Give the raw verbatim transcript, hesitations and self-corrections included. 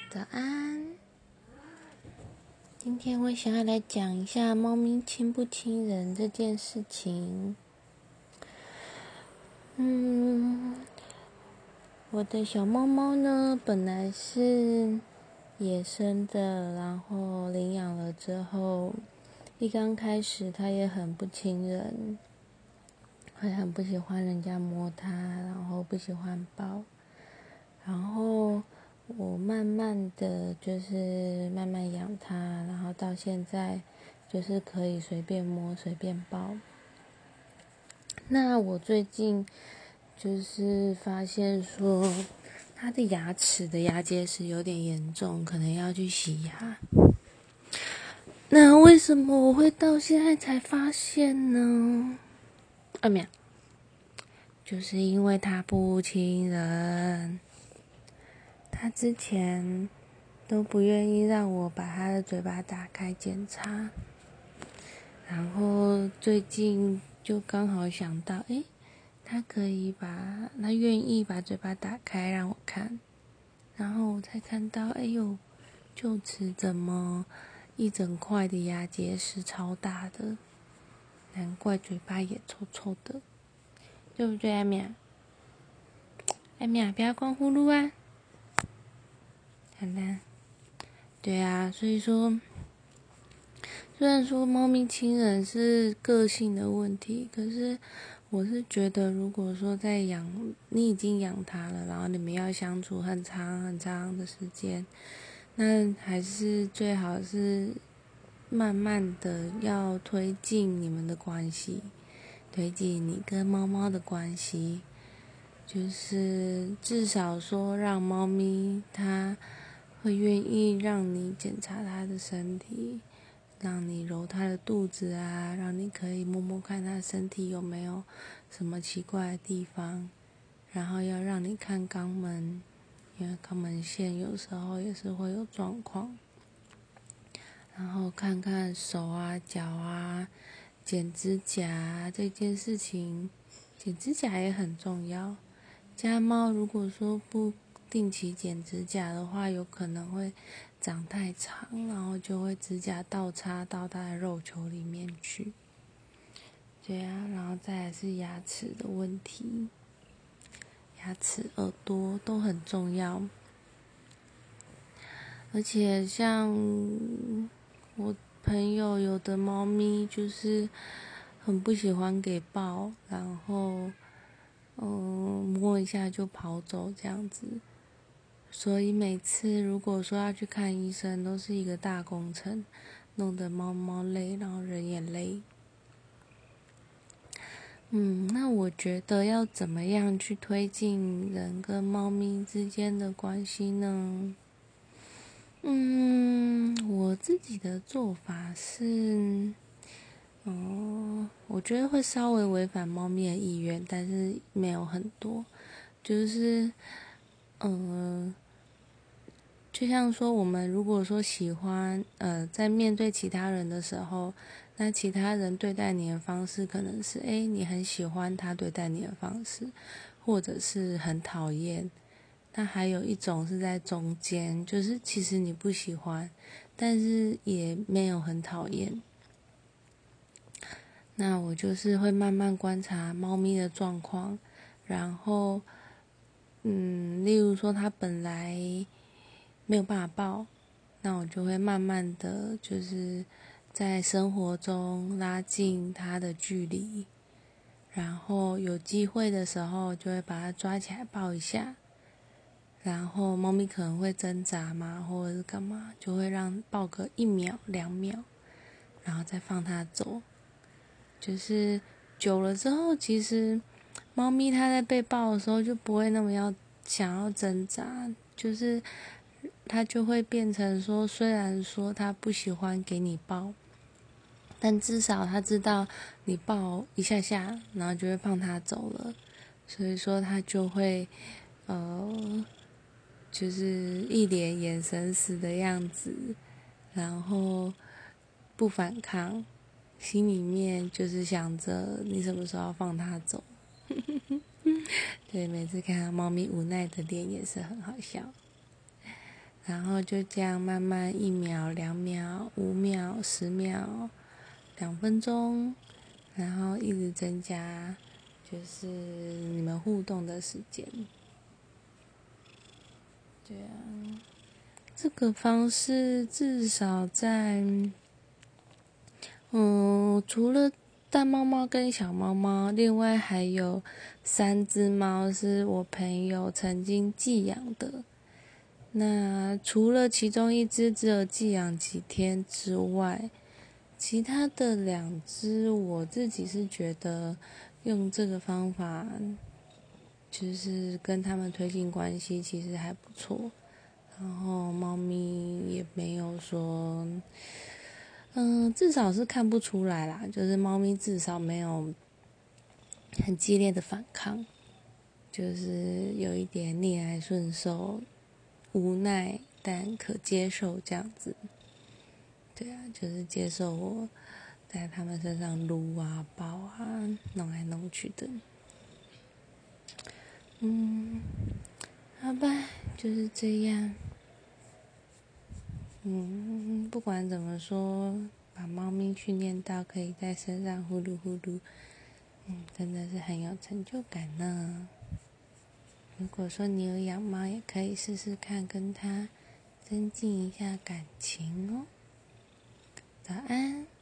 早安，今天我想要来讲一下猫咪亲不亲人这件事情。嗯，我的小猫猫呢，本来是野生的，然后领养了之后，一刚开始它也很不亲人，会很不喜欢人家摸它，然后不喜欢抱，然后我慢慢的就是慢慢养它，然后到现在就是可以随便摸随便抱。那我最近就是发现说它的牙齿的牙结石有点严重，可能要去洗牙。那为什么我会到现在才发现呢？啊没有，就是因为它不亲人。他之前都不愿意让我把他的嘴巴打开检查，然后最近就刚好想到，诶，他可以把，他愿意把嘴巴打开让我看，然后我才看到，哎呦，臼齿怎么一整块的牙结石超大的，难怪嘴巴也臭臭的，对不对，艾米亚？艾米亚，不要光呼噜啊！好啦，对啊，所以说，虽然说猫咪亲人是个性的问题，可是我是觉得，如果说在养，你已经养它了，然后你们要相处很长很长的时间，那还是最好是慢慢的要推进你们的关系，推进你跟猫猫的关系，就是至少说让猫咪它会愿意让你检查它的身体，让你揉它的肚子啊，让你可以摸摸看它身体有没有什么奇怪的地方，然后要让你看肛门，因为肛门腺有时候也是会有状况，然后看看手啊脚啊，剪指甲啊这件事情，剪指甲也很重要。家猫如果说不定期剪指甲的话，有可能会长太长，然后就会指甲倒插到它的肉球里面去。对啊，然后再来是牙齿的问题，牙齿、耳朵都很重要。而且像我朋友有的猫咪就是很不喜欢给抱，然后嗯摸一下就跑走这样子。所以每次如果说要去看医生，都是一个大工程，弄得猫猫累，然后人也累。嗯，那我觉得要怎么样去推进人跟猫咪之间的关系呢？嗯，我自己的做法是，哦，我觉得会稍微违反猫咪的意愿，但是没有很多，就是，嗯、呃。就像说，我们如果说喜欢，呃，在面对其他人的时候，那其他人对待你的方式可能是，诶，你很喜欢他对待你的方式，或者是很讨厌。那还有一种是在中间，就是其实你不喜欢，但是也没有很讨厌。那我就是会慢慢观察猫咪的状况，然后，嗯，例如说它本来没有办法抱，那我就会慢慢的就是在生活中拉近它的距离，然后有机会的时候就会把它抓起来抱一下，然后猫咪可能会挣扎嘛，或者是干嘛，就会让抱个一秒两秒，然后再放它走。就是久了之后，其实猫咪它在被抱的时候就不会那么要想要挣扎，就是它就会变成说，虽然说它不喜欢给你抱，但至少它知道你抱一下下，然后就会放它走了，所以说它就会呃，就是一脸眼神死的样子，然后不反抗，心里面就是想着你什么时候要放它走。对，每次看到猫咪无奈的脸也是很好笑。 然后就这样慢慢一秒、两秒、五秒、十秒、两分钟，然后一直增加，就是你们互动的时间。对啊，这个方式至少在，嗯，除了大猫猫跟小猫猫，另外还有三只猫是我朋友曾经寄养的。那除了其中一只只有寄养几天之外，其他的两只我自己是觉得用这个方法，就是跟他们推进关系其实还不错。然后猫咪也没有说，嗯，至少是看不出来啦，就是猫咪至少没有很激烈的反抗，就是有一点逆来顺受，无奈但可接受这样子。对啊，就是接受我在他们身上撸啊、抱啊、弄来弄去的。嗯，好吧，就是这样。嗯，不管怎么说，把猫咪训练到可以在身上呼噜呼噜，嗯，真的是很有成就感呢。如果说你有养猫，也可以试试看跟它增进一下感情哦。早安。